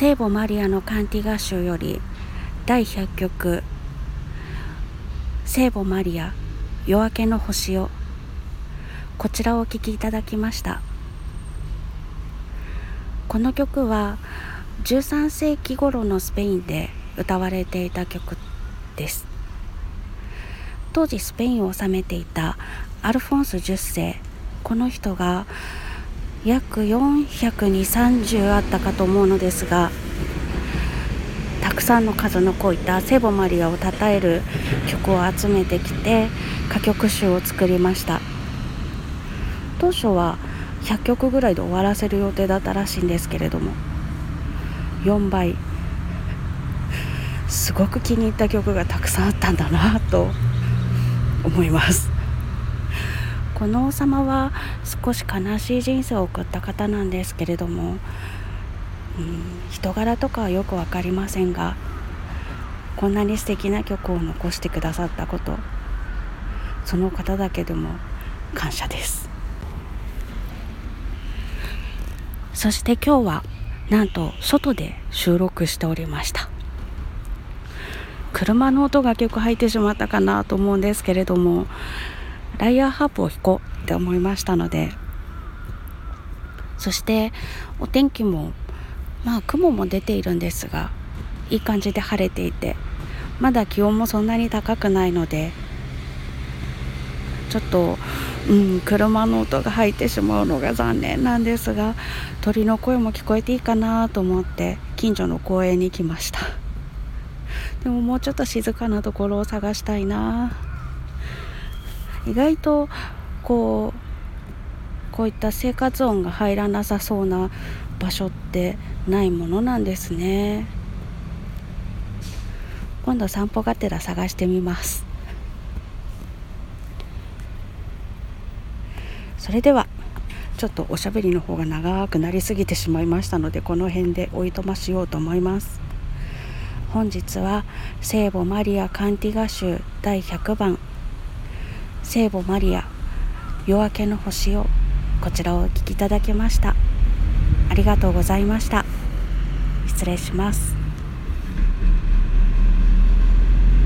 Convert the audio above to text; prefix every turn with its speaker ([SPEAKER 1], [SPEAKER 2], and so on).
[SPEAKER 1] 聖母マリアのカンティガ集より第100曲聖母マリア夜明けの星よ、こちらをお聴きいただきました。この曲は13世紀頃のスペインで歌われていた曲です。当時スペインを治めていたアルフォンス10世、この人が約420-30あったかと思うのですが、たくさんの数のこういった聖母マリアを称える曲を集めてきて歌曲集を作りました。当初は100曲ぐらいで終わらせる予定だったらしいんですけれども、4倍、すごく気に入った曲がたくさんあったんだなと思います。この王様は少し悲しい人生を送った方なんですけれども、人柄とかはよくわかりませんが、こんなに素敵な曲を残してくださったこと、その方だけでも感謝です。そして今日はなんと外で収録しておりました。車の音が結構入ってしまったかなと思うんですけれども、ライヤーハープを弾こうって思いましたので、そしてお天気も雲も出ているんですが、いい感じで晴れていて、まだ気温もそんなに高くないので、ちょっと車の音が入ってしまうのが残念なんですが、鳥の声も聞こえていいかなと思って近所の公園に来ました。でももうちょっと静かなところを探したいな。意外とこういった生活音が入らなさそうな場所ってないものなんですね。今度散歩がてら探してみます。それではちょっとおしゃべりの方が長くなりすぎてしまいましたので、この辺でおいとましようと思います。本日は聖母マリアカンティガ集第100番聖母マリア夜明けの星を、こちらをお聴きいただきました。ありがとうございました。失礼します。